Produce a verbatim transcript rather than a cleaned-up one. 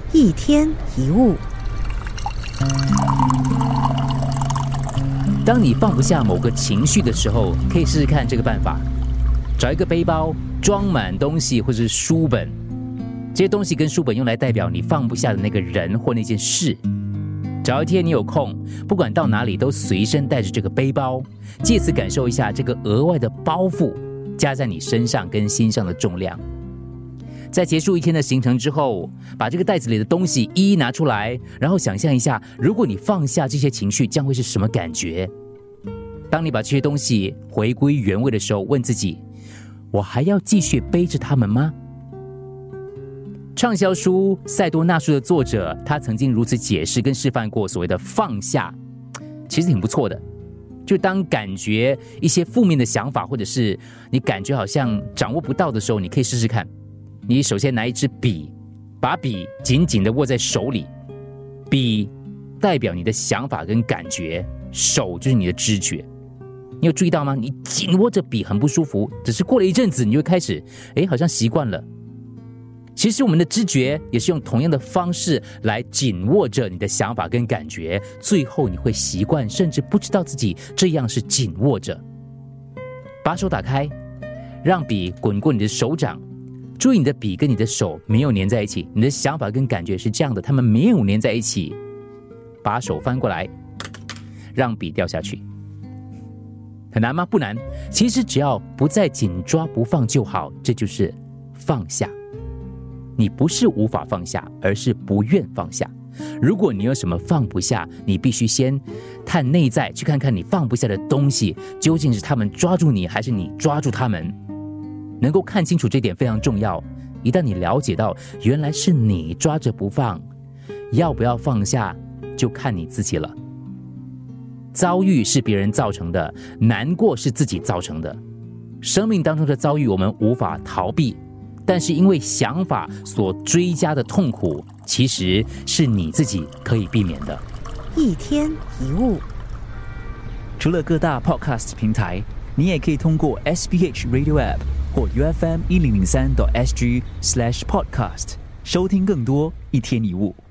一天一物。 当你放不下某个情绪的时候，可以试试看这个办法：找一个背包，装满东西或者是书本，这些东西跟书本用来代表你放不下的那个人或那件事。找一天你有空，不管到哪里都随身带着这个背包，借此感受一下这个额外的包袱加在你身上跟心上的重量。在结束一天的行程之后，把这个袋子里的东西一一拿出来，然后想象一下，如果你放下这些情绪，将会是什么感觉？当你把这些东西回归原位的时候，问自己：我还要继续背着它们吗？畅销书《塞多纳书》的作者，他曾经如此解释跟示范过所谓的放下，其实挺不错的。就当感觉一些负面的想法，或者是你感觉好像掌握不到的时候，你可以试试看。你首先拿一支笔，把笔紧紧地握在手里，笔代表你的想法跟感觉，手就是你的知觉。你有注意到吗？你紧握着笔很不舒服，只是过了一阵子，你就会开始，诶，好像习惯了。其实我们的知觉也是用同样的方式来紧握着你的想法跟感觉，最后你会习惯，甚至不知道自己这样是紧握着。把手打开，让笔滚过你的手掌，注意你的笔跟你的手没有粘在一起，你的想法跟感觉是这样的，它们没有粘在一起。把手翻过来，让笔掉下去。很难吗？不难，其实只要不再紧抓不放就好，这就是放下。你不是无法放下，而是不愿放下。如果你有什么放不下，你必须先探内在，去看看你放不下的东西究竟是他们抓住你，还是你抓住他们。能够看清楚这点非常重要。一旦你了解到原来是你抓着不放，要不要放下就看你自己了。遭遇是别人造成的，难过是自己造成的。生命当中的遭遇我们无法逃避，但是因为想法所追加的痛苦，其实是你自己可以避免的。 一天一物。 除了各大 podcast 平台，你也可以通过 S B H Radio App 或 U F M 一零零三 点 S G slash podcast 收听更多一天一物。